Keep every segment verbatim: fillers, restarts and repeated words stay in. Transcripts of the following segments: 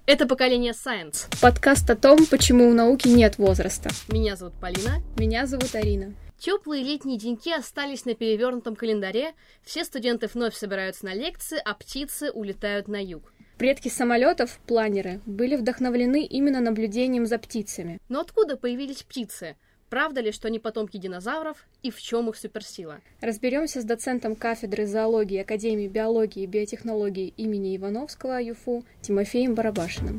Это «Поколение Science». Подкаст о том, почему у науки нет возраста. Меня зовут Полина. Меня зовут Арина. Теплые летние деньки остались на перевернутом календаре, все студенты вновь собираются на лекции, а птицы улетают на юг. Предки самолетов, планеры, были вдохновлены именно наблюдением за птицами. Но откуда появились птицы? Правда ли, что они потомки динозавров, и в чем их суперсила? Разберемся с доцентом кафедры зоологии Академии биологии и биотехнологий имени Ивановского ЮФУ Тимофеем Барабашиным.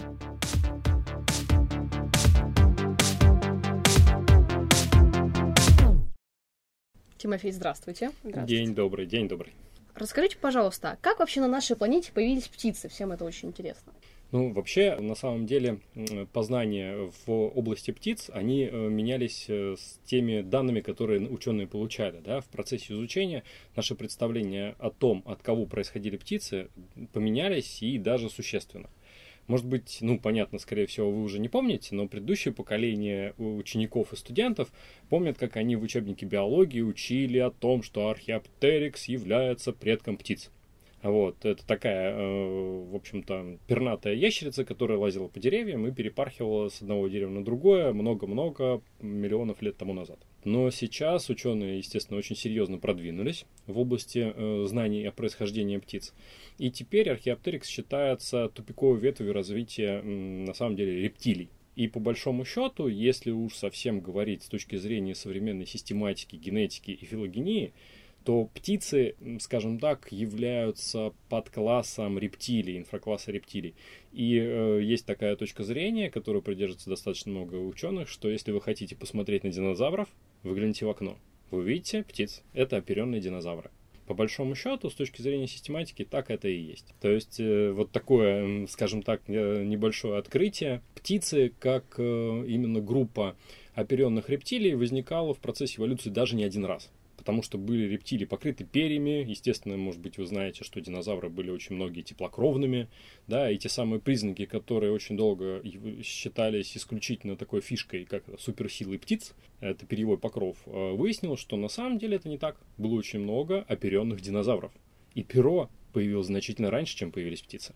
Тимофей, здравствуйте. Здравствуйте. День добрый, день добрый. Расскажите, пожалуйста, как вообще на нашей планете появились птицы? Всем это очень интересно. Ну, вообще, на самом деле, познания в области птиц, они менялись с теми данными, которые ученые получали. Да? В процессе изучения наши представления о том, от кого происходили птицы, поменялись и даже существенно. Может быть, ну, понятно, скорее всего, вы уже не помните, но предыдущее поколение учеников и студентов помнят, как они в учебнике биологии учили о том, что археоптерикс является предком птиц. Вот, это такая, э, в общем-то, пернатая ящерица, которая лазила по деревьям и перепархивала с одного дерева на другое много-много миллионов лет тому назад. Но сейчас ученые, естественно, очень серьезно продвинулись в области э, знаний о происхождении птиц. И теперь археоптерикс считается тупиковой ветвью развития, м, на самом деле, рептилий. И по большому счету, если уж совсем говорить с точки зрения современной систематики, генетики и филогении, то птицы, скажем так, являются подклассом рептилий, инфракласса рептилий. И э, есть такая точка зрения, которую придерживается достаточно много ученых, что если вы хотите посмотреть на динозавров, выгляните в окно. Вы увидите птиц. Это оперенные динозавры. По большому счету, с точки зрения систематики, так это и есть. То есть, э, вот такое, скажем так, небольшое открытие. Птицы, как э, именно группа оперенных рептилий, возникала в процессе эволюции даже не один раз. Потому что были рептилии покрыты перьями. Естественно, может быть, вы знаете, что динозавры были очень многие теплокровными. Да, и те самые признаки, которые очень долго считались исключительно такой фишкой, как суперсилой птиц, это перьевой покров, выяснилось, что на самом деле это не так. Было очень много оперенных динозавров. И перо появилось значительно раньше, чем появились птицы.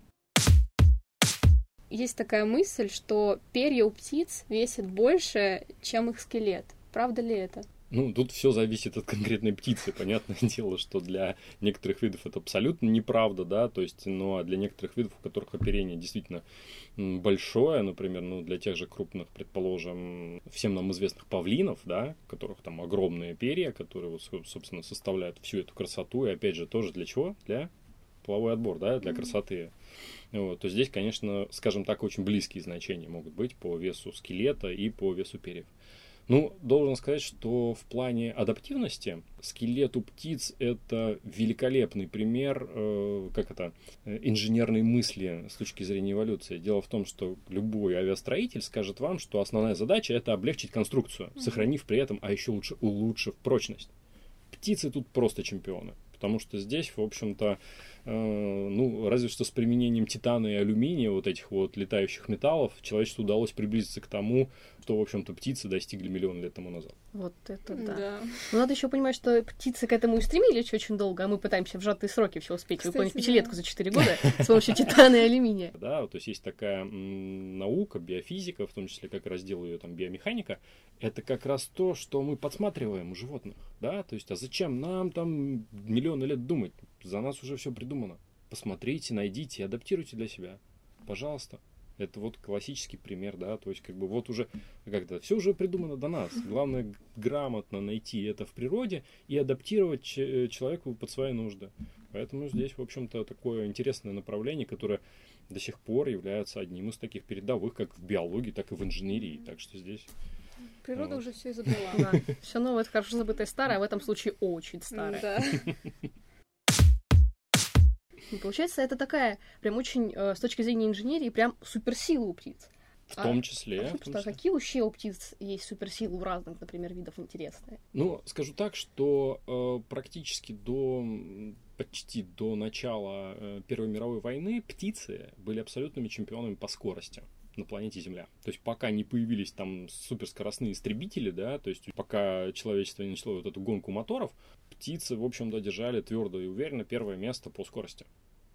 Есть такая мысль, что перья у птиц весят больше, чем их скелет. Правда ли это? Ну, тут все зависит от конкретной птицы. Понятное дело, что для некоторых видов это абсолютно неправда, да, то есть, ну, а для некоторых видов, у которых оперение действительно большое, например, ну, для тех же крупных, предположим, всем нам известных павлинов, да, у которых там огромные перья, которые, вот, собственно, составляют всю эту красоту, и, опять же, тоже для чего? Для половой отбор, да, для красоты. Вот, то здесь, конечно, скажем так, очень близкие значения могут быть по весу скелета и по весу перьев. Ну, должен сказать, что в плане адаптивности скелет у птиц – это великолепный пример, э, как это, инженерной мысли с точки зрения эволюции. Дело в том, что любой авиастроитель скажет вам, что основная задача – это облегчить конструкцию, сохранив при этом, а еще лучше улучшив прочность. Птицы тут просто чемпионы. Потому что здесь, в общем-то, э, ну, разве что с применением титана и алюминия, вот этих вот летающих металлов, человечеству удалось приблизиться к тому, что, в общем-то, птицы достигли миллион лет тому назад. Вот это да. да. Но надо еще понимать, что птицы к этому и стремились очень долго, а мы пытаемся в сжатые сроки все успеть Кстати, выполнить пятилетку да. за четыре года с помощью титана и алюминия. Да, то есть есть такая м, наука, биофизика, в том числе как раздел ее там биомеханика, это как раз то, что мы подсматриваем у животных, да, то есть, а зачем нам там миллионы лет думать? За нас уже все придумано. Посмотрите, найдите, адаптируйте для себя. Пожалуйста. Это вот классический пример, да, то есть, как бы, вот уже, как-то, все уже придумано до нас. Главное, грамотно найти это в природе и адаптировать ч- человеку под свои нужды. Поэтому здесь, в общем-то, такое интересное направление, которое до сих пор является одним из таких передовых, как в биологии, так и в инженерии. Так что здесь... Природа вот. уже все изобрела. Да. Все новое, это хорошо забытое старое, а в этом случае очень старое. Да. Получается, это такая, прям очень, э, с точки зрения инженерии, прям суперсила у птиц. В том числе. А, в том а числе. какие вообще у птиц есть суперсилы у разных, например, видов интересные? Ну, скажу так, что э, практически до почти до начала э, Первой мировой войны птицы были абсолютными чемпионами по скорости на планете Земля. То есть пока не появились там суперскоростные истребители, да, то есть пока человечество не начало вот эту гонку моторов, птицы, в общем-то, держали твердо и уверенно первое место по скорости.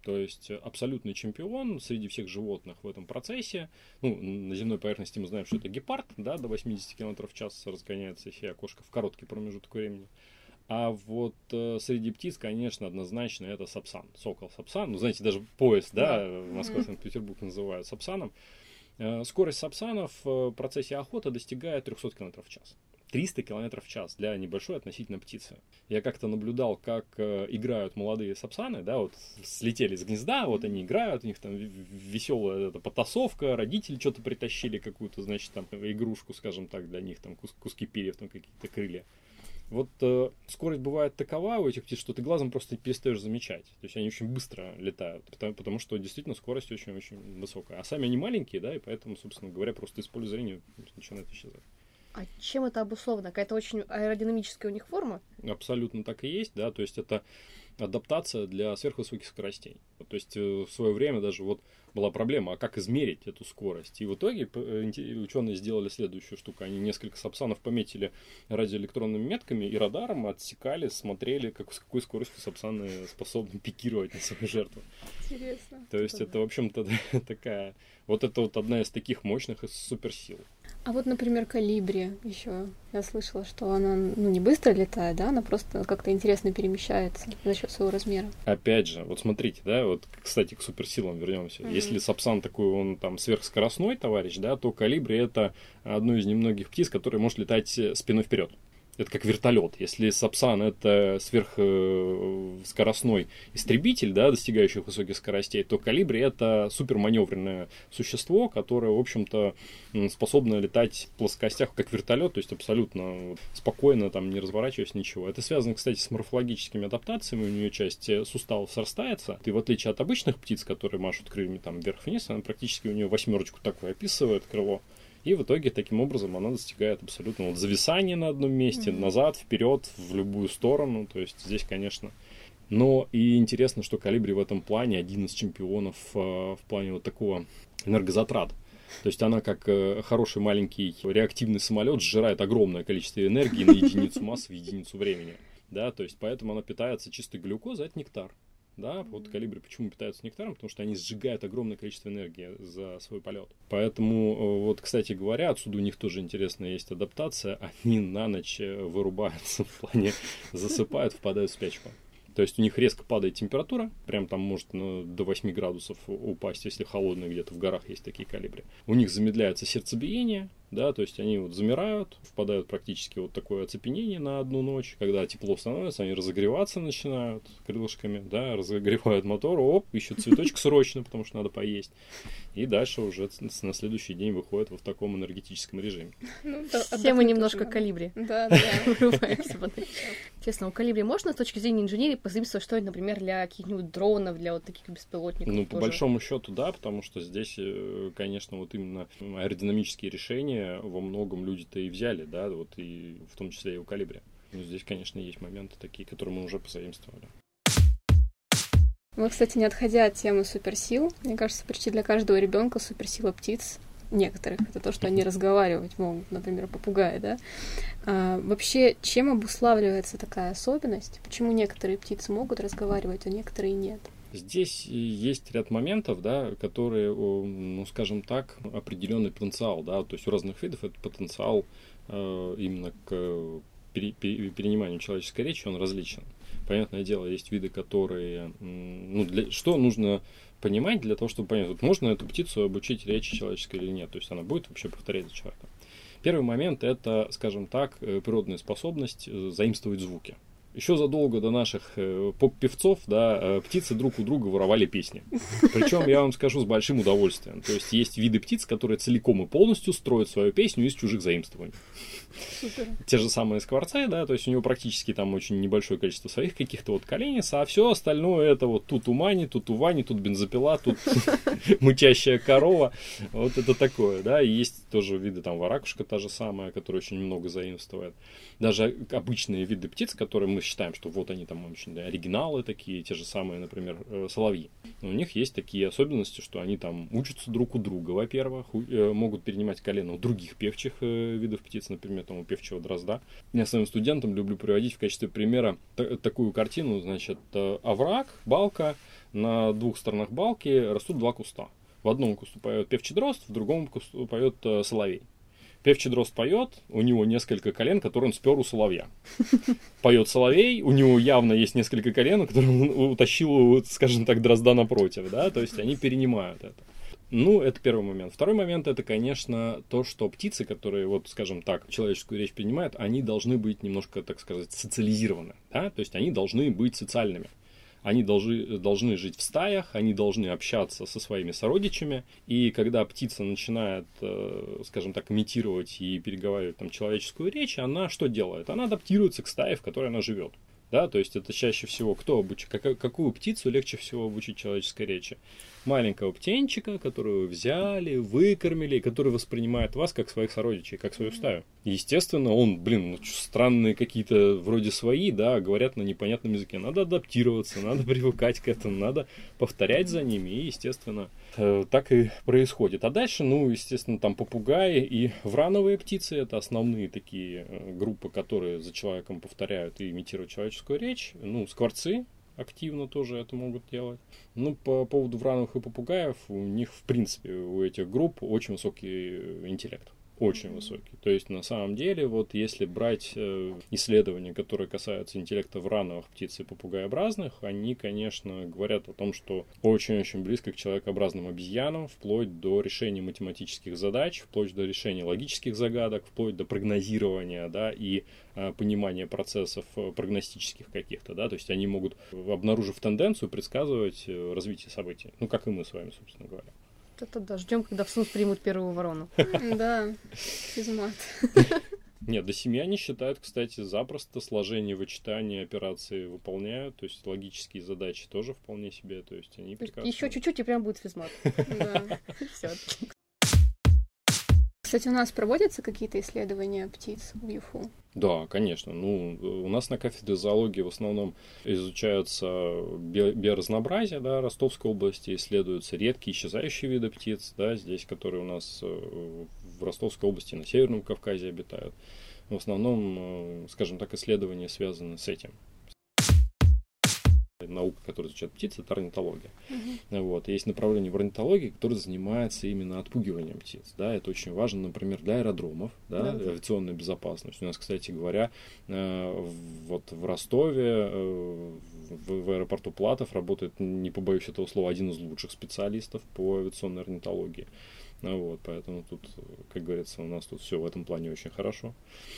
То есть абсолютный чемпион среди всех животных в этом процессе. Ну, на земной поверхности мы знаем, что это гепард, да, до восемьдесят километров в час разгоняется сия кошка в короткий промежуток времени. А вот э, среди птиц, конечно, однозначно это сапсан, сокол сапсан. Ну, знаете, даже поезд, да, да. Москва, Санкт-Петербург называют сапсаном. Э, скорость сапсанов в процессе охоты достигает триста километров в час. триста километров в час для небольшой относительно птицы. Я как-то наблюдал, как э, играют молодые сапсаны, да, вот слетели с гнезда, вот они играют, у них там веселая эта потасовка, родители что-то притащили, какую-то, значит, там игрушку, скажем так, для них, там кус- куски перьев, там какие-то крылья. Вот э, скорость бывает такова у этих птиц, что ты глазом просто перестаешь замечать. То есть они очень быстро летают, потому, потому что действительно скорость очень-очень высокая. А сами они маленькие, да, и поэтому, собственно говоря, просто из поля зрения начинают исчезать. А чем это обусловлено? Какая-то очень аэродинамическая у них форма? Абсолютно так и есть, да, то есть это адаптация для сверхвысоких скоростей. То есть в свое время даже вот была проблема, а как измерить эту скорость? И в итоге ученые сделали следующую штуку. Они несколько сапсанов пометили радиоэлектронными метками и радаром отсекали, смотрели, как, с какой скоростью сапсаны способны пикировать на свою жертву. Интересно. То есть это, в общем-то, такая... Вот это вот одна из таких мощных суперсил. А вот, например, колибри еще. Я слышала, что она ну, не быстро летает, да, она просто как-то интересно перемещается за счет своего размера. Опять же, вот смотрите, да, вот, кстати, к суперсилам вернемся. Mm-hmm. Если сапсан такой, он там сверхскоростной товарищ, да, то колибри это одно из немногих птиц, который может летать спиной вперед. Это как вертолет. Если сапсан это сверхскоростной истребитель, да, достигающий высоких скоростей, то колибри это суперманевренное существо, которое, в общем-то, способно летать в плоскостях, как вертолет, то есть абсолютно спокойно, там, не разворачиваясь, ничего. Это связано, кстати, с морфологическими адаптациями. У нее часть суставов срастается. И в отличие от обычных птиц, которые машут крыльями там вверх-вниз, она практически у нее восьмерочку такую описывает, крыло. И в итоге таким образом она достигает абсолютно вот зависания на одном месте, mm-hmm. назад, вперед, в любую сторону. То есть здесь, конечно... Но и интересно, что колибри в этом плане один из чемпионов э, в плане вот такого энергозатрат. То есть она, как э, хороший маленький реактивный самолет, сжирает огромное количество энергии на единицу массы в единицу времени. Да, то есть поэтому она питается чистой глюкозой, это нектар. Да, вот колибри почему питаются нектаром? Потому что они сжигают огромное количество энергии за свой полет. Поэтому, вот, кстати говоря, отсюда у них тоже интересная есть адаптация. Они на ночь вырубаются, в плане засыпают, впадают в спячку. То есть у них резко падает температура, прям там может ну, до восьми градусов упасть, если холодные где-то в горах есть такие колибри. У них замедляется сердцебиение, да, то есть они вот замирают, впадают практически вот такое оцепенение на одну ночь. Когда тепло становится, они разогреваться начинают крылышками, да, разогревают мотор, оп, ищут цветочек срочно, потому что надо поесть. И дальше уже на следующий день выходят вот в таком энергетическом режиме. Ну, все мы немножко колибри. Да, да. Вырубаемся. Честно, у колибри можно с точки зрения инженерии позаимствовать что-нибудь, например, для каких-нибудь дронов, для вот таких беспилотников? Ну, по большому счету, да, потому что здесь, конечно, вот именно аэродинамические решения во многом люди-то и взяли, да, вот и в том числе и у колибри. Но здесь, конечно, есть моменты такие, которые мы уже позаимствовали. Мы, кстати, не отходя от темы суперсил, мне кажется, почти для каждого ребенка суперсила птиц некоторых. Это то, что они разговаривать могут, например, попугаи, да? А, вообще, чем обуславливается такая особенность? Почему некоторые птицы могут разговаривать, а некоторые нет? Здесь есть ряд моментов, да, которые, ну, скажем так, определенный потенциал, да, то есть у разных видов этот потенциал э, именно к пере, пере, перениманию человеческой речи, он различен. Понятное дело, есть виды, которые, ну, для, что нужно понимать для того, чтобы понять, вот можно эту птицу обучить речи человеческой или нет, то есть она будет вообще повторять за человеком. Первый момент это, скажем так, природная способность заимствовать звуки. Еще задолго до наших э, поп-певцов, да, э, птицы друг у друга воровали песни. Причем, я вам скажу, с большим удовольствием. То есть, есть виды птиц, которые целиком и полностью строят свою песню из чужих заимствований. Супер. Те же самые скворцы, да, то есть, у него практически там очень небольшое количество своих каких-то вот коленец, а все остальное это вот тут у Мани, тут у Вани, тут бензопила, тут мычащая корова. Вот это такое, да. И есть тоже виды, там, воракушка та же самая, которая очень много заимствует. Даже обычные виды птиц, которые мы считаем, что вот они там очень да, оригиналы такие, те же самые, например, соловьи. У них есть такие особенности, что они там учатся друг у друга, во-первых, могут перенимать колено у других певчих видов птиц, например, там у певчего дрозда. Я своим студентам люблю приводить в качестве примера т- такую картину, значит, овраг, балка, на двух сторонах балки растут два куста. В одном кусту поет певчий дрозд, в другом кусту поет соловей. Певчий дрозд поет, у него несколько колен, которые он спер у соловья. Поет соловей, у него явно есть несколько колен, которые он утащил, скажем так, дрозда напротив, да, то есть они перенимают это. Ну, это первый момент. Второй момент, это, конечно, то, что птицы, которые, вот, скажем так, человеческую речь принимают, они должны быть немножко, так сказать, социализированы, да, то есть они должны быть социальными. Они должны, должны жить в стаях, они должны общаться со своими сородичами. И когда птица начинает, скажем так, имитировать и переговаривать там, человеческую речь, она что делает? Она адаптируется к стае, в которой она живет. Да, то есть это чаще всего кто обучит, как, какую птицу легче всего обучить человеческой речи? Маленького птенчика, которого взяли, выкормили, который воспринимает вас как своих сородичей, как свою стаю. Естественно, он, блин, ну, странные какие-то вроде свои, да, говорят на непонятном языке. Надо адаптироваться, надо привыкать к этому, надо повторять за ними, и, естественно, так и происходит. А дальше, ну, естественно, там попугаи и врановые птицы, это основные такие группы, которые за человеком повторяют и имитируют человеческую речь. Ну, скворцы активно тоже это могут делать. Ну, по поводу врановых и попугаев, у них, в принципе, у этих групп очень высокий интеллект. Очень высокий. То есть, на самом деле, вот если брать э, исследования, которые касаются интеллекта врановых птиц и попугаеобразных, они, конечно, говорят о том, что очень-очень близко к человекообразным обезьянам, вплоть до решения математических задач, вплоть до решения логических загадок, вплоть до прогнозирования, да, и э, понимания процессов э, прогностических каких-то, да, то есть они могут, обнаружив тенденцию, предсказывать э, развитие событий. Ну, как и мы с вами, собственно говоря. Это да, ждем, когда в СУС примут первую ворону. Да, физмат. Нет, до семи они считают, кстати, запросто сложение, вычитание операции выполняют, то есть логические задачи тоже вполне себе, то есть они прекрасно... Еще чуть-чуть и прям будет физмат. Да. Все. Кстати, у нас проводятся какие-то исследования птиц в ЮФУ? Да, конечно. Ну, у нас на кафедре зоологии в основном изучаются би- биоразнообразие, да, Ростовской области, исследуются редкие исчезающие виды птиц, да, здесь, которые у нас в Ростовской области на Северном Кавказе обитают. В основном, скажем так, исследования связаны с этим. Наука, которая изучает птиц, это орнитология. Uh-huh. Вот. Есть направление в орнитологии, которое занимается именно отпугиванием птиц. Да? Это очень важно, например, для аэродромов, да? Uh-huh. Авиационная безопасность. У нас, кстати говоря, э, вот в Ростове, э, в, в аэропорту Платов работает, не побоюсь этого слова, один из лучших специалистов по авиационной орнитологии. Вот. Поэтому тут, как говорится, у нас тут все в этом плане очень хорошо.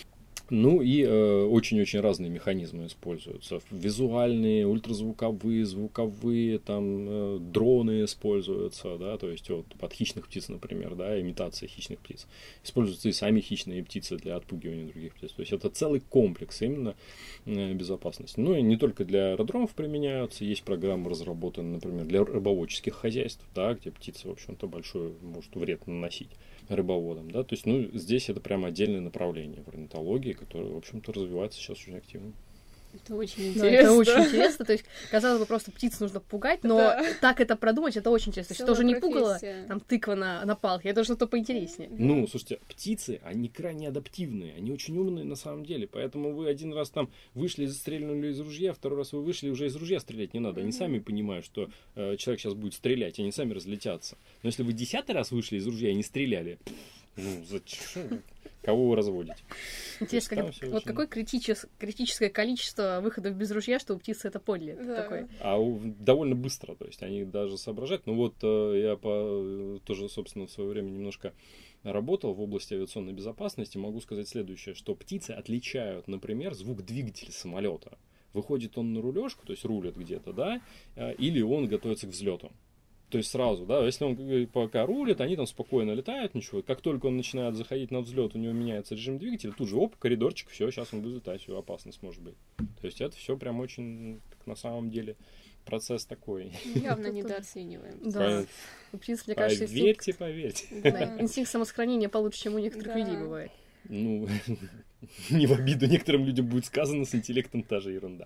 Ну и э, очень-очень разные механизмы используются. Визуальные, ультразвуковые, звуковые, там э, дроны используются, да, то есть вот под хищных птиц, например, да, имитация хищных птиц. Используются и сами хищные птицы для отпугивания других птиц. То есть это целый комплекс именно э, безопасности. Ну и не только для аэродромов применяются, есть программы разработаны, например, для рыбоводческих хозяйств, да, где птица, в общем-то, большой может вред наносить рыбоводам, да, то есть, ну, здесь это прямо отдельное направление в орнитологии, которое, в общем-то, развивается сейчас очень активно. Это очень Да, интересно. это очень интересно. То есть, казалось бы, просто птиц нужно пугать, но Да. так это продумать, это очень интересно. Целая Что же не профессия. пугало, там, тыква на, на палке, это что-то поинтереснее. Ну, слушайте, птицы, они крайне адаптивные, они очень умные на самом деле, поэтому вы один раз там вышли и застрельнули из ружья, второй раз вы вышли, уже из ружья стрелять не надо. Они сами понимают, что э, человек сейчас будет стрелять, они сами разлетятся. Но если вы десятый раз вышли из ружья и не стреляли, ну, зачем? Кого вы разводите? Интересно, как, вот очень... какое критичес, критическое количество выходов без ружья, что у птицы это подле Да. такое. А у, довольно быстро, то есть они даже соображают. Ну вот э, я по, тоже, собственно, в свое время немножко работал в области авиационной безопасности. Могу сказать следующее, что птицы отличают, например, звук двигателя самолета. Выходит он на рулежку, то есть рулит где-то, да, или он готовится к взлету. То есть сразу, да, если он пока рулит, они там спокойно летают, ничего. Как только он начинает заходить на взлет, у него меняется режим двигателя, тут же оп, коридорчик, все, сейчас он будет летать, все, опасность может быть. То есть это все прям очень, на самом деле, процесс такой. Явно недооцениваем. Да. У птиц, мне кажется, Поверьте, инстинкт, поверьте. да, инстинкт самосохранения получше, чем у некоторых Да. людей бывает. Ну, не в обиду некоторым людям будет сказано, с интеллектом та же ерунда.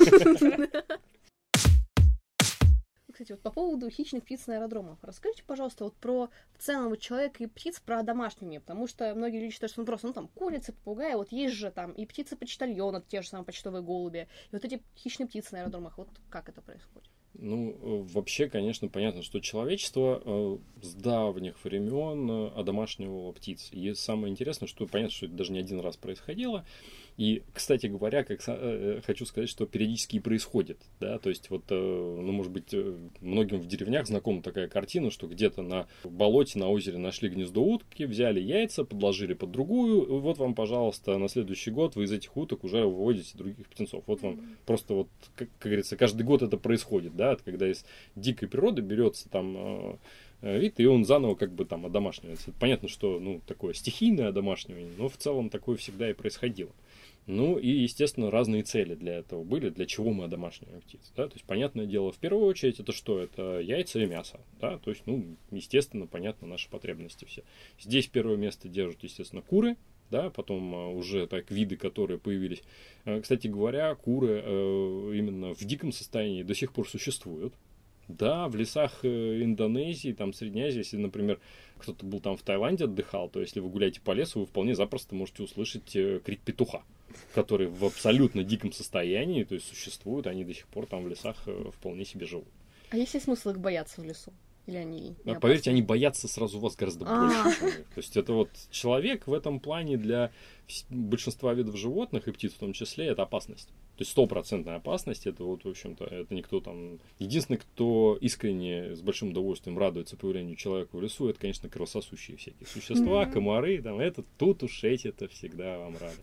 Кстати, вот по поводу хищных птиц на аэродромах. Расскажите, пожалуйста, вот про в целом вот человека и птиц, про домашний мир, потому что многие люди считают, что ну просто, ну там, курицы, попугаи, вот есть же там и птицы-почтальоны, те же самые почтовые голуби, и вот эти хищные птицы на аэродромах, вот как это происходит? Ну, вообще, конечно, понятно, что человечество э, с давних времен э, одомашнивало птиц. И самое интересное, что понятно, что это даже не один раз происходило. И, кстати говоря, как э, хочу сказать, что периодически и происходит. Да? То есть, вот, э, ну, может быть, э, многим в деревнях знакома такая картина, что где-то на болоте, на озере нашли гнездо утки, взяли яйца, подложили под другую, и вот вам, пожалуйста, на следующий год вы из этих уток уже выводите других птенцов. Вот вам mm-hmm. просто вот, как, как говорится, каждый год это происходит, да, когда из дикой природы берется там э, вид, и он заново как бы там одомашнивается. Понятно, что, ну, такое стихийное одомашнивание, но в целом такое всегда и происходило. Ну, и, естественно, разные цели для этого были, для чего мы одомашниваем птиц, да, то есть, понятное дело, в первую очередь, это что? Это яйца и мясо, да, то есть, ну, естественно, понятно, наши потребности все. Здесь первое место держат, естественно, куры, да, потом а, уже так виды, которые появились. А, кстати говоря, куры а, именно в диком состоянии до сих пор существуют. Да, в лесах Индонезии, там, Средней Азии, если, например, кто-то был там в Таиланде отдыхал, то если вы гуляете по лесу, вы вполне запросто можете услышать крик петуха, который в абсолютно диком состоянии, то есть существуют, они до сих пор там в лесах вполне себе живут. А есть ли смысл их бояться в лесу? Или они не Поверьте, они боятся сразу вас гораздо больше. То есть это вот человек в этом плане для большинства видов животных, и птиц в том числе, это опасность. То есть стопроцентная опасность, это вот, в общем-то, это никто там... Единственный, кто искренне, с большим удовольствием радуется появлению человека в лесу, это, конечно, кровососущие всякие существа, mm-hmm. комары, там, это, тут уж эти-то всегда вам рады.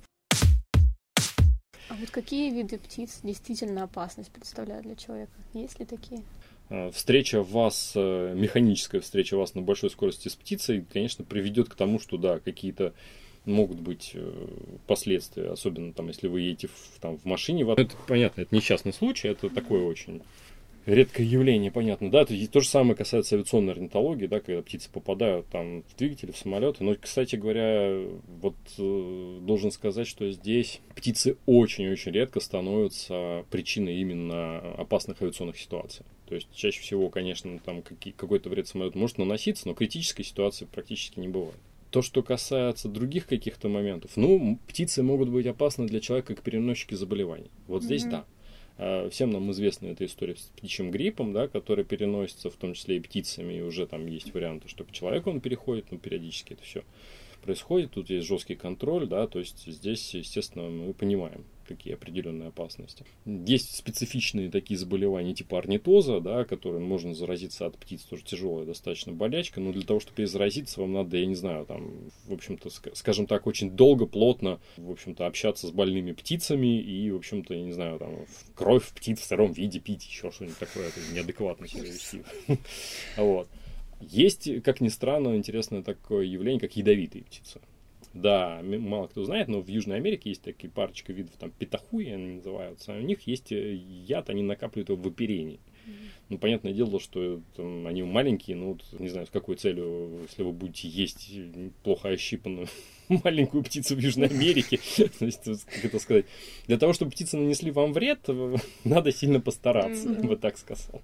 А вот какие виды птиц действительно опасность представляют для человека? Есть ли такие? Встреча вас, механическая встреча вас на большой скорости с птицей, конечно, приведет к тому, что, да, какие-то могут быть последствия, особенно там, если вы едете в, там, в машине. Это понятно, это несчастный случай, это такое очень редкое явление, понятно, да. То, то же самое касается авиационной орнитологии, да, когда птицы попадают там в двигатели, в самолеты. Но, кстати говоря, вот э, должен сказать, что здесь птицы очень-очень редко становятся причиной именно опасных авиационных ситуаций. То есть чаще всего, конечно, там какой-то вред самолету может наноситься, но критической ситуации практически не бывает. То, что касается других каких-то моментов, ну, птицы могут быть опасны для человека как переносчики заболеваний. Вот здесь mm-hmm. да. Всем нам известна эта история с птичьим гриппом, да, который переносится в том числе и птицами, и уже там есть варианты, что к человеку он переходит, но периодически это все происходит, тут есть жесткий контроль, да, то есть здесь, естественно, мы понимаем, какие определенные опасности. Есть специфичные такие заболевания типа орнитоза, да, которым можно заразиться от птиц, тоже тяжелая достаточно болячка, но для того, чтобы перезаразиться, вам надо, я не знаю, там, в общем-то, скажем так, очень долго, плотно, в общем-то, общаться с больными птицами и, в общем-то, я не знаю, там, кровь птиц в сыром виде пить, еще что-нибудь такое, это неадекватно себя вести. Вот. Есть, как ни странно, интересное такое явление, как ядовитые птицы. Да, мало кто знает, но в Южной Америке есть такие парочка видов, там, петахуи они называются, а у них есть яд, они накапливают его в оперении. Mm-hmm. Ну, понятное дело, что там, они маленькие, но вот, не знаю, с какой целью, если вы будете есть плохо ощипанную маленькую птицу в Южной Америке, как это сказать, для того, чтобы птицы нанесли вам вред, надо сильно постараться, я бы так сказал.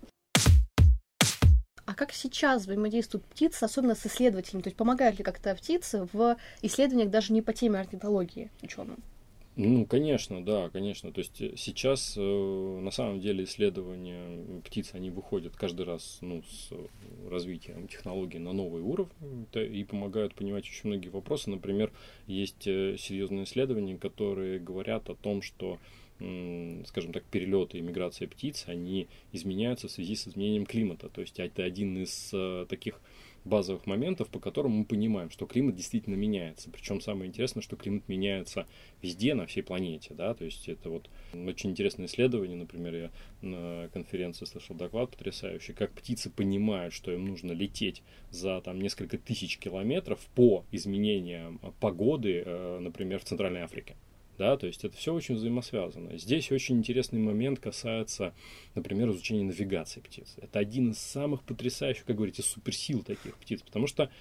А как сейчас взаимодействуют птицы, особенно с исследователями? То есть помогают ли как-то птицы в исследованиях даже не по теме орнитологии ученым? Ну, конечно, да, конечно. То есть сейчас э, на самом деле исследования птиц, они выходят каждый раз, ну, с развитием технологий на новый уровень и помогают понимать очень многие вопросы. Например, есть серьезные исследования, которые говорят о том, что, скажем так, перелеты и миграция птиц, они изменяются в связи с изменением климата. То есть это один из э, таких базовых моментов, по которым мы понимаем, что климат действительно меняется. Причем самое интересное, что климат меняется везде, на всей планете. Да? То есть это вот очень интересное исследование. Например, я на конференции слышал доклад потрясающий, как птицы понимают, что им нужно лететь за там, несколько тысяч километров по изменениям погоды, э, например, в Центральной Африке. Да, то есть это все очень взаимосвязано. Здесь очень интересный момент касается, например, изучения навигации птиц. Это один из самых потрясающих, как говорите, суперсил таких птиц, потому что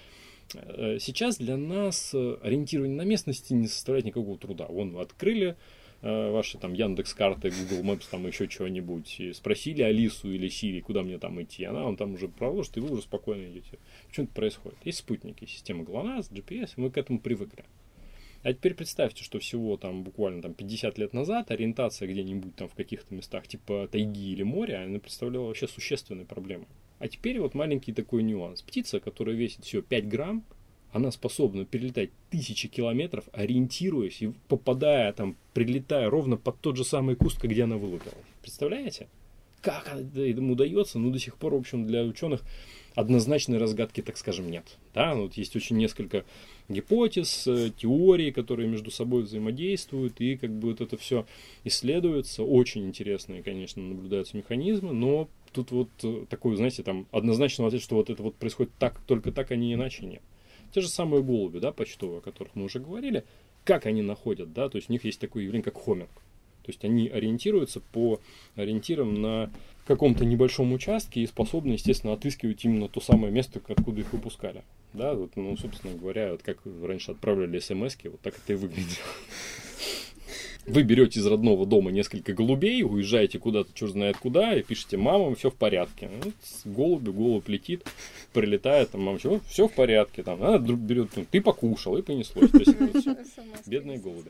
Сейчас для нас ориентирование на местности не составляет никакого труда. Вон вы открыли ваши там Яндекс.Карты, Google Maps, там еще чего-нибудь, и спросили Алису или Сири, куда мне там идти, она вам там уже проложит, и вы уже спокойно идете. Почему это происходит? Есть спутники, система ГЛОНАСС, джи пи эс, и мы к этому привыкли. А теперь представьте, что всего там буквально там пятьдесят лет назад ориентация где-нибудь там в каких-то местах типа тайги или моря, она представляла вообще существенные проблемы. А теперь вот маленький такой нюанс. Птица, которая весит всего пять грамм, она способна перелетать тысячи километров, ориентируясь и попадая там, прилетая ровно под тот же самый куст, где она вылупилась. Представляете? Как этому удается? Ну, до сих пор, в общем, для ученых однозначной разгадки, так скажем, нет. Да, вот есть очень несколько гипотез, теорий, которые между собой взаимодействуют, и как бы вот это все исследуется. Очень интересные, конечно, наблюдаются механизмы, но тут вот такой, знаете, там однозначного ответа, что вот это вот происходит так, только так, а не иначе, нет. Те же самые голуби, да, почтовые, о которых мы уже говорили, как они находят, да, то есть у них есть такое явление, как хоминг. То есть они ориентируются по ориентирам на каком-то небольшом участке и способны, естественно, отыскивать именно то самое место, откуда их выпускали. Да, вот, ну, собственно говоря, вот как раньше отправляли смс-ки, вот так это и выглядит. Вы берете из родного дома несколько голубей, уезжаете куда-то, черт знает куда, и пишете: мама, все в порядке. Вот, голубь, голубь летит, прилетает, там, мама, все, все в порядке. Там, она берет, ну, ты покушал, и понеслось. То есть, вот, бедные голуби.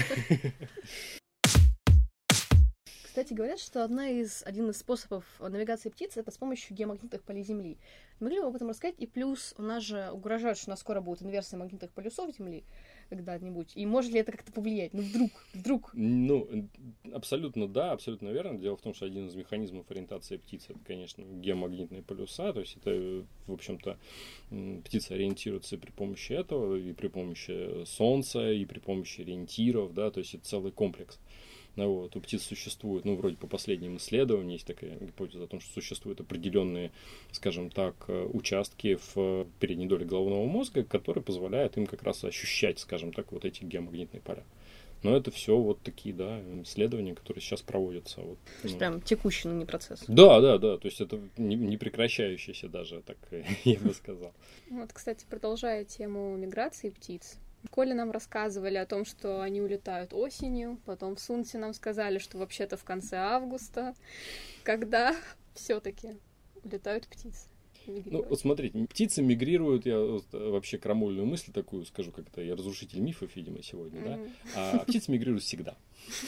Кстати, говорят, что одна из, один из способов навигации птиц — это с помощью геомагнитных полей Земли. Могли бы об этом рассказать? И плюс у нас же угрожают, что у нас скоро будет инверсия магнитных полюсов Земли когда-нибудь. И может ли это как-то повлиять? Ну, вдруг, вдруг. Ну, абсолютно да, абсолютно верно. Дело в том, что один из механизмов ориентации птицы — это, конечно, геомагнитные полюса. То есть это, в общем-то, птица ориентируется при помощи этого, и при помощи Солнца, и при помощи ориентиров, да, то есть это целый комплекс. Ну, вот, у птиц существует, ну, вроде по последним исследованиям, есть такая гипотеза о том, что существуют определенные, скажем так, участки в передней доле головного мозга, которые позволяют им как раз ощущать, скажем так, вот эти геомагнитные поля. Но это все вот такие, да, исследования, которые сейчас проводятся. Вот, то есть ну. Прям текущий, но не процесс. Да, да, да, то есть это не, не прекращающийся даже, так я бы сказал. Вот, кстати, продолжая тему миграции птиц, в школе нам рассказывали о том, что они улетают осенью, потом в Сунце нам сказали, что вообще-то в конце августа, когда все-таки улетают птицы. Ну, вот смотрите, птицы мигрируют, я вот вообще крамольную мысль такую скажу, как-то я разрушитель мифов, видимо, сегодня, да? А птицы мигрируют всегда.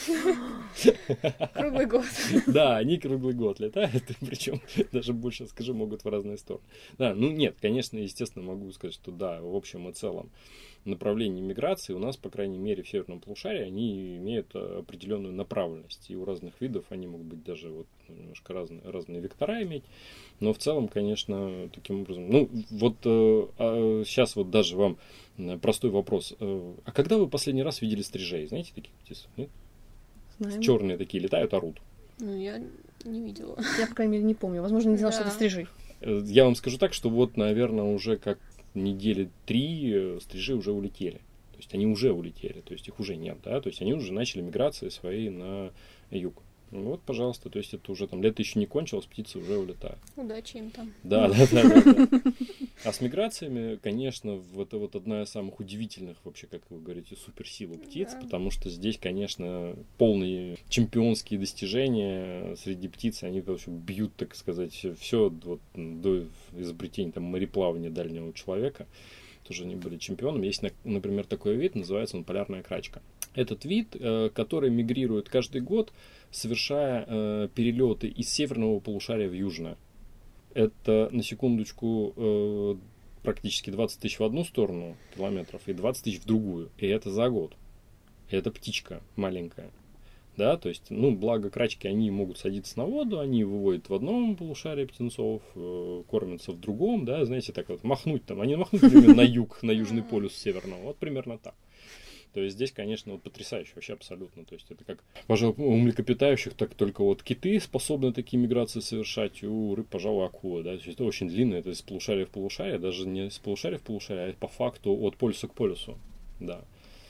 Круглый год. Да, они круглый год летают, причем даже больше, скажу, могут в разные стороны. Да, ну нет, конечно, естественно, могу сказать, что да, в общем и целом направления миграции у нас, по крайней мере, в северном полушарии, они имеют определенную направленность. И у разных видов они могут быть даже вот немножко разные, разные вектора иметь. Но в целом, конечно, таким образом... Ну, вот а сейчас вот даже вам простой вопрос. А когда вы последний раз видели стрижей? Знаете таких птиц? Нет? Знаем. Черные такие летают, орут. Ну, я не видела. Я, по крайней мере, не помню. Возможно, не знала, Да. что это стрижи. Я вам скажу так, что вот, наверное, уже как недели три стрижи уже улетели. То есть они уже улетели, то есть их уже нет, да, то есть они уже начали миграции свои на юг. Ну вот, пожалуйста, то есть это уже там лето еще не кончилось, птицы уже улетают. Удачи им там. Да, да, да, да, да. А с миграциями, конечно, это вот одна из самых удивительных вообще, как вы говорите, суперсил у птиц, Да. потому что здесь, конечно, полные чемпионские достижения среди птиц, они вообще бьют, так сказать, все вот до изобретения там мореплавания дальнего человека. Тоже они были чемпионами. Есть, например, такой вид, называется он полярная крачка. Этот вид, который мигрирует каждый год, совершая перелеты из северного полушария в южное. Это, на секундочку, практически двадцать тысяч в одну сторону километров и двадцать тысяч в другую. И это за год. И это птичка маленькая. Да, то есть, ну, благо крачки, они могут садиться на воду, они выводят в одном полушарии птенцов, э, кормятся в другом, да, знаете, так вот махнуть там, они махнут примерно на юг, на южный полюс северного, вот примерно так. То есть здесь, конечно, вот потрясающе вообще абсолютно. То есть это как, пожалуй, у млекопитающих, так только вот киты способны такие миграции совершать, у рыб, пожалуй, акулы, да, то есть это очень длинно, это из полушария в полушарие, даже не из полушария в полушарие, а по факту от полюса к полюсу, да.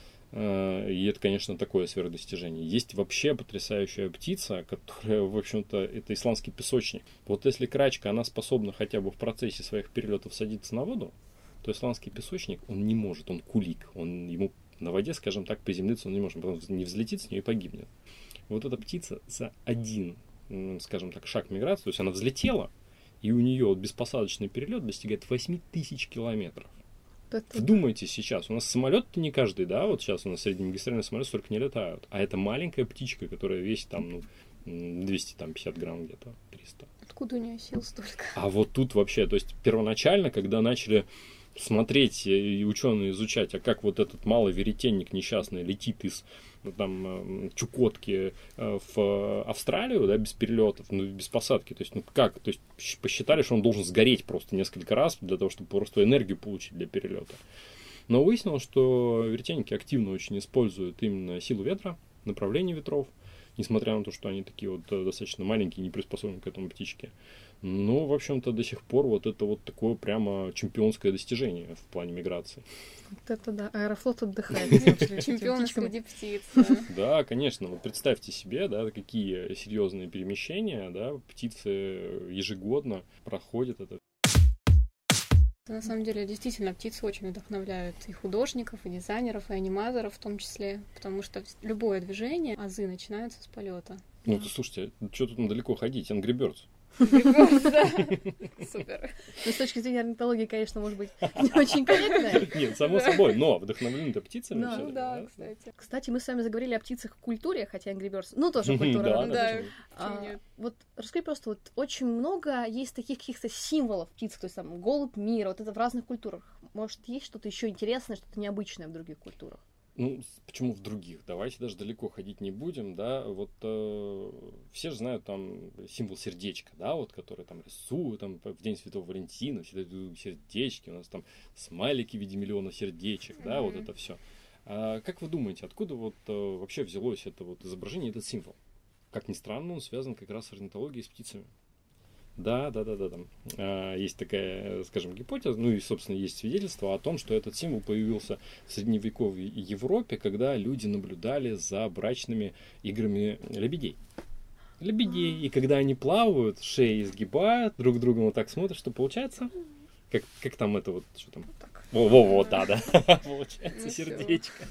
И это, конечно, такое сверхдостижение. Есть вообще потрясающая птица, которая, в общем-то, это исландский песочник. Вот если крачка, она способна хотя бы в процессе своих перелетов садиться на воду, то что исландский песочник, он не может, он кулик, он ему на воде, скажем так, приземлиться он не может, потом не взлетит с нее и погибнет. Вот эта птица за один, скажем так, шаг миграции, то есть она взлетела, и у нее вот беспосадочный перелет достигает восемь тысяч километров. Это... Вдумайтесь сейчас, у нас самолет-то не каждый, да, вот сейчас у нас среднемагистральный самолет столько не летают, а это маленькая птичка, которая весит там, ну, двести пятьдесят грамм где-то, триста. Откуда у нее сил столько? А вот тут вообще, то есть первоначально, когда начали смотреть и ученые изучать, а как вот этот малый веретенник несчастный летит из там Чукотки в Австралию, да, без перелетов, ну, без посадки, то есть, ну как, то есть посчитали, что он должен сгореть просто несколько раз для того, чтобы просто энергию получить для перелета. Но выяснилось, что веретенники активно очень используют именно силу ветра, направление ветров, несмотря на то, что они такие вот достаточно маленькие, не приспособлены к этому птичке. Но, в общем-то, до сих пор вот это вот такое прямо чемпионское достижение в плане миграции. Вот это да, Аэрофлот отдыхает. Чемпион среди птиц. Да, конечно. Вот представьте себе, да, какие серьезные перемещения, да, птицы ежегодно проходят это. На самом деле, действительно, птицы очень вдохновляют и художников, и дизайнеров, и аниматоров в том числе, потому что любое движение, азы начинаются с полета. Ну, то, слушайте, что тут далеко ходить? Angry Birds. Супер. Ну, с точки зрения орнитологии, конечно, может быть, не очень корректно. Нет, само собой, но вдохновлены-то птицами. Да, ну да, кстати. Кстати, мы с вами заговорили о птицах в культуре, хотя Angry Birds, ну, тоже культура. Да, вот расскажи просто, вот очень много есть таких каких-то символов птиц, то есть там голубь мира, вот это в разных культурах. Может, есть что-то еще интересное, что-то необычное в других культурах? Ну, почему в других? Давайте даже далеко ходить не будем, да, вот э, все же знают там символ сердечка, да, вот, который там рисуют, там, в День Святого Валентина, все сердечки, у нас там смайлики в виде миллиона сердечек, да, mm-hmm. вот это все. А как вы думаете, откуда вот э, вообще взялось это вот изображение, этот символ? Как ни странно, он связан как раз с орнитологией, с птицами. Да, да, да, да, там а, есть такая, скажем, гипотеза, ну и, собственно, есть свидетельство о том, что этот символ появился в средневековой Европе, когда люди наблюдали за брачными играми лебедей. Лебедей, и когда они плавают, шеи изгибают, друг друга вот так смотрят, что получается? Как, как там это вот, что там? Во-во-во, да, да, получается сердечко.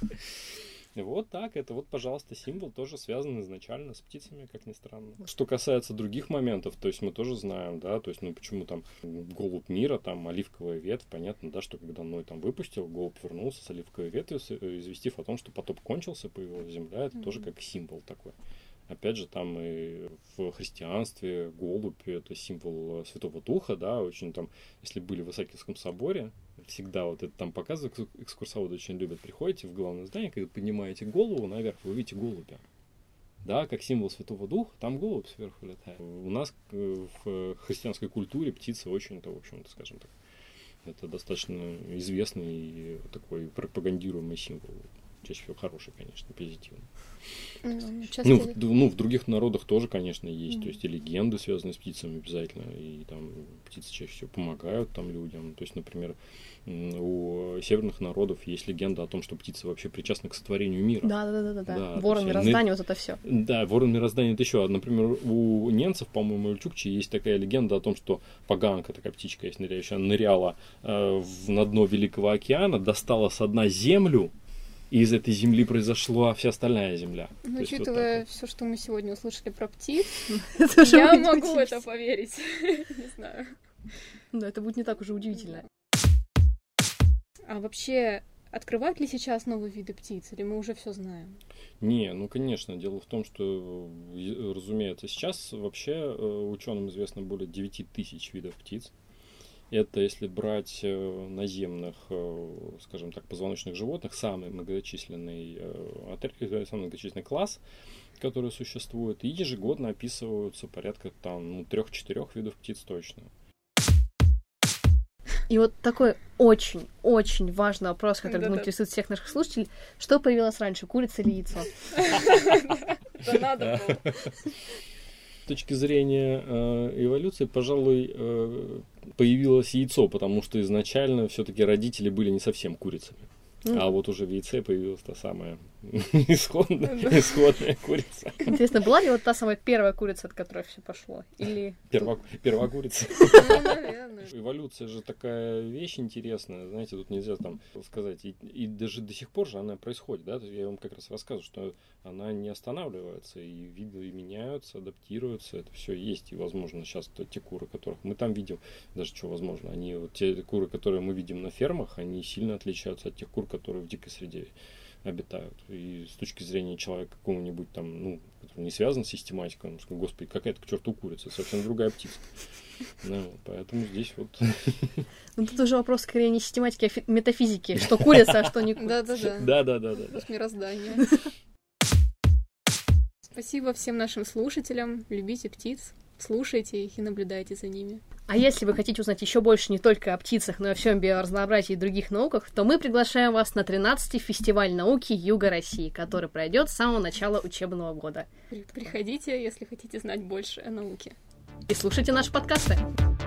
Вот так, это вот, пожалуйста, символ тоже связан изначально с птицами, как ни странно. Что касается других моментов, то есть мы тоже знаем, да, то есть, ну, почему там голубь мира, там оливковая ветвь, понятно, да, что когда Ной там выпустил, голубь вернулся с оливковой ветвью, известив о том, что потоп кончился, появилась земля, это mm-hmm. тоже как символ такой. Опять же, там и в христианстве голубь — это символ Святого Духа, да, очень там, если были в Исаакиевском соборе, всегда вот это там показывают, экскурсоводы очень любят, приходите в главное здание, когда поднимаете голову наверх, вы видите голубя. Да, как символ Святого Духа, там голубь сверху летает. У нас в христианской культуре птица очень-то, в общем-то, скажем так, это достаточно известный и такой пропагандируемый символ. Чаще всего хороший, конечно, позитивный. Mm, ну, в, ну, в других народах тоже, конечно, есть. Mm. То есть и легенды, связанные с птицами обязательно. И там птицы чаще всего помогают там людям. То есть, например, у северных народов есть легенда о том, что птицы вообще причастны к сотворению мира. Да, да, да, да, да. Ворон мироздания, вот это все. Да, ворон мироздания это еще. Например, у немцев, по-моему, в Чукче есть такая легенда о том, что поганка, такая птичка есть ныряющая, она ныряла э, в, на дно Великого океана, достала со дна землю, и из этой земли произошла вся остальная земля. Ну, учитывая вот все, что мы сегодня услышали про птиц, я могу в это поверить. Не знаю. Да, это будет не так уже удивительно. А вообще, открывают ли сейчас новые виды птиц, или мы уже все знаем? Не, ну, конечно. Дело в том, что, разумеется, сейчас вообще ученым известно более девять тысяч видов птиц. Это если брать наземных, скажем так, позвоночных животных, самый многочисленный, самый многочисленный класс, который существует, и ежегодно описываются порядка там, ну, трех-четырех видов птиц точно. И вот такой очень-очень важный вопрос, который, думаю, интересует всех наших слушателей. Что появилось раньше, курица или яйцо? Да надо было. С точки зрения э, эволюции, пожалуй, э, появилось яйцо, потому что изначально все-таки родители были не совсем курицами. А вот уже в яйце появилась та самая исходная, исходная курица. Интересно, была ли вот та самая первая курица, от которой все пошло? Или... Перво, первокурица. Ну, наверное. Эволюция же такая вещь интересная, знаете, тут нельзя там сказать, и, и даже до сих пор же она происходит, да, я вам как раз рассказываю, что она не останавливается, и виды меняются, адаптируются, это все есть, и возможно сейчас те куры, которых мы там видим, даже что возможно, они вот те куры, которые мы видим на фермах, они сильно отличаются от тех кур, которые в дикой среде обитают. И с точки зрения человека какого-нибудь там, ну, который не связан с систематикой, он скажет, господи, какая-то к черту курица, совсем другая птица. Ну, поэтому здесь вот... Ну, тут уже вопрос скорее не систематики, а фи- метафизики, что курица, а что не курица. Да-да-да. Да-да-да. Вопрос мироздания. Спасибо всем нашим слушателям. Любите птиц, слушайте их и наблюдайте за ними. А если вы хотите узнать еще больше не только о птицах, но и о всем биоразнообразии и других науках, то мы приглашаем вас на тринадцатый фестиваль науки Юга России, который пройдет с самого начала учебного года. Приходите, если хотите знать больше о науке. И слушайте наши подкасты.